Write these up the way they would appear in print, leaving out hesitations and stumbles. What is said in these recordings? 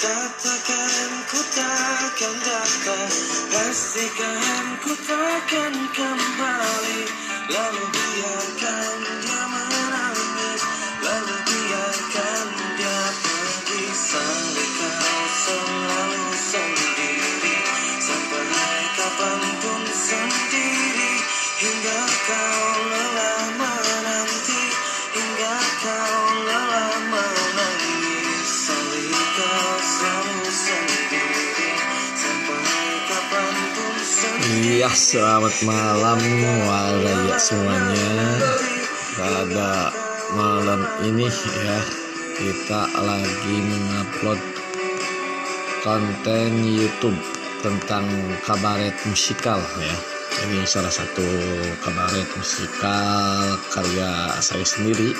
Katakan ku takkan datang, pastikan ku takkan kembali. Lalu biarkan dia menangis, lalu biarkan dia pergi. Sampai kau selalu sendiri, sampai kapanpun sendiri. Hingga kau lelah menanti, hingga kau lelah menangis. Sampai kau selalu sendiri, sampai kapanpun sendiri. Iya, selamat malam warga semuanya. Pada malam ini ya, kita lagi mengupload konten YouTube tentang kabaret musikal ya. Ini salah satu kabaret musikal karya saya sendiri.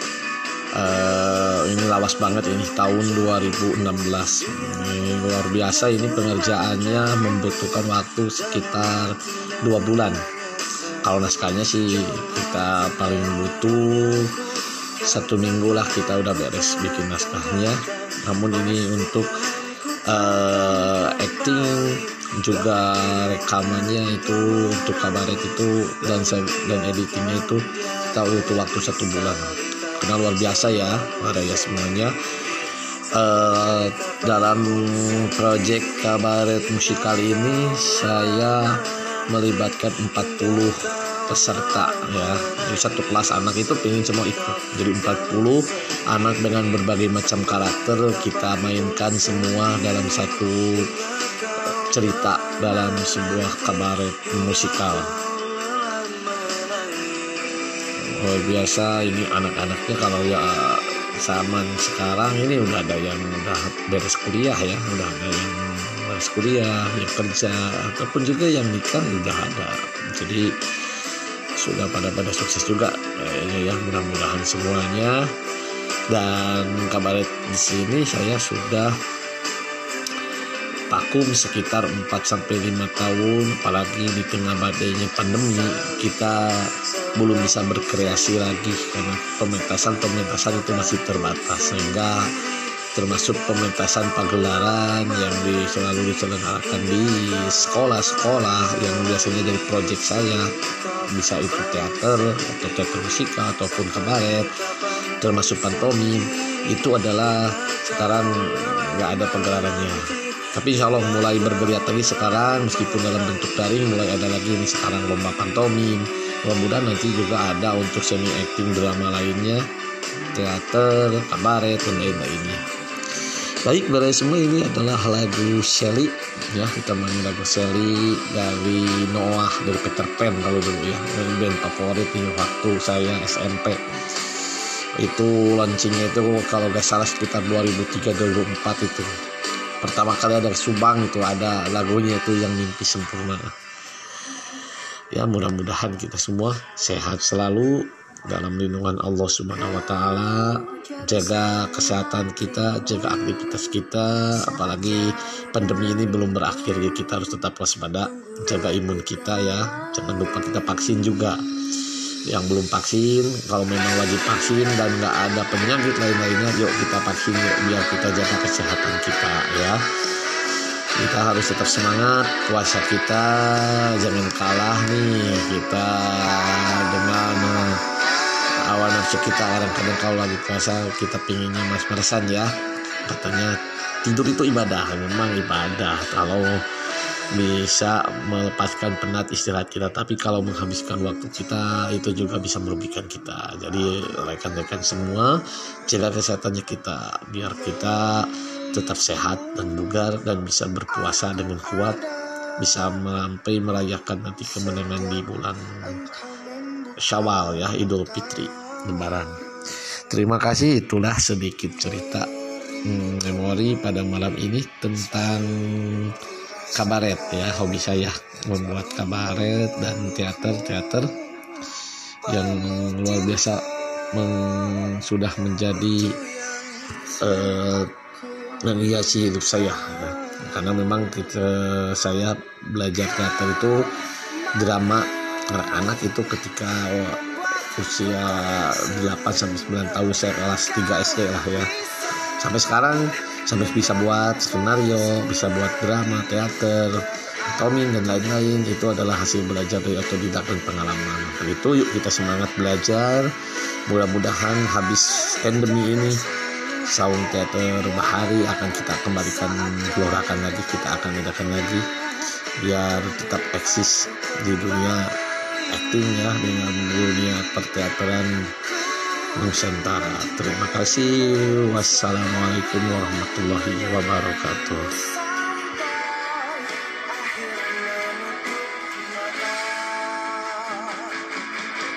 Ini lawas banget, ini tahun 2016. Ini luar biasa, ini pengerjaannya membutuhkan waktu sekitar 2 bulan. Kalau naskahnya sih kita paling butuh 1 minggu lah, kita udah beres bikin naskahnya. Namun ini untuk acting juga rekamannya itu untuk kabaret itu dan editingnya itu kita butuh waktu 1 bulan. Karena luar biasa ya warga semuanya. Dalam proyek kabaret musikal ini saya melibatkan 40 peserta ya. Jadi satu kelas anak itu pengen semua ikut. Jadi 40 anak dengan berbagai macam karakter kita mainkan semua dalam satu cerita dalam sebuah kabaret musikal. Luar biasa ini anak-anaknya. Kalau ya zaman sekarang ini udah ada yang udah beres kuliah ya, udah ada yang beres kuliah, yang kerja, ataupun juga yang nikah udah ada. Jadi sudah pada sukses juga kayaknya ya, mudah-mudahan semuanya. Dan kabaret di sini saya sudah vakum sekitar 4-5 tahun, apalagi di tengah badainya pandemi kita belum bisa berkreasi lagi karena pementasan itu masih terbatas, sehingga termasuk pementasan pagelaran yang selalu diselenggarakan di sekolah-sekolah yang biasanya jadi proyek saya, bisa itu teater atau teater musikal ataupun kabaret, termasuk pantomim, itu adalah sekarang nggak ada pagelarannya. Tapi insya Allah mulai bergeliat lagi sekarang, meskipun dalam bentuk daring mulai ada lagi ini sekarang lomba pantomim. Mudah-mudahan nanti juga ada untuk semi acting drama lainnya, teater, kabaret, dan lain-lainnya. Baik, dari semua ini adalah lagu Shelly ya, kita main lagu Shelly dari Noah, dari Peter Pan kalau dulu ya, band favorit di waktu saya SMP. Itu launchingnya itu kalau gak salah sekitar 2003-2004 itu. Pertama kali ada Subang itu ada lagunya itu yang Mimpi Sempurna. Ya, mudah-mudahan kita semua sehat selalu dalam lindungan Allah Subhanahu wa taala. Jaga kesehatan kita, jaga aktivitas kita, apalagi pandemi ini belum berakhir ya, kita harus tetap waspada, jaga imun kita ya. Jangan lupa kita vaksin juga. Yang belum vaksin, kalau memang wajib vaksin dan nggak ada penyakit lain-lainnya, yuk kita vaksin yuk, biar kita jaga kesehatan kita ya. Kita harus tetap semangat, puasa kita jangan kalah nih kita dengan awal nafsu kita. Kadang-kadang kalau lagi puasa kita pinginnya mas-malesan ya, katanya tidur itu ibadah, memang ibadah kalau bisa melepaskan penat istirahat kita, tapi kalau menghabiskan waktu kita itu juga bisa merugikan kita. Jadi rekan-rekan semua jaga kesehatannya kita biar kita tetap sehat dan bugar dan bisa berpuasa dengan kuat, bisa sampai merayakan nanti kemenangan di bulan Syawal ya, Idul Fitri, Lebaran. Terima kasih, itulah sedikit cerita memori pada malam ini tentang kabaret ya, hobi saya membuat kabaret dan teater yang luar biasa sudah menjadi menghiasi hidup saya ya. Karena memang saya belajar teater itu drama anak-anak itu ketika usia 8-9 tahun, saya kelas 3 SD lah ya. Sampai sekarang sampai bisa buat skenario, bisa buat drama, teater, toming dan lain-lain. Itu adalah hasil belajar dari otodidak dan pengalaman. Begitu, yuk kita semangat belajar. Mudah-mudahan habis pandemi ini saung teater Bahari akan kita kembalikan, gelorakan lagi, kita akan adakan lagi biar tetap eksis di dunia acting ya, dengan dunia perteateran Nusantara. Terima kasih. Wassalamualaikum warahmatullahi wabarakatuh.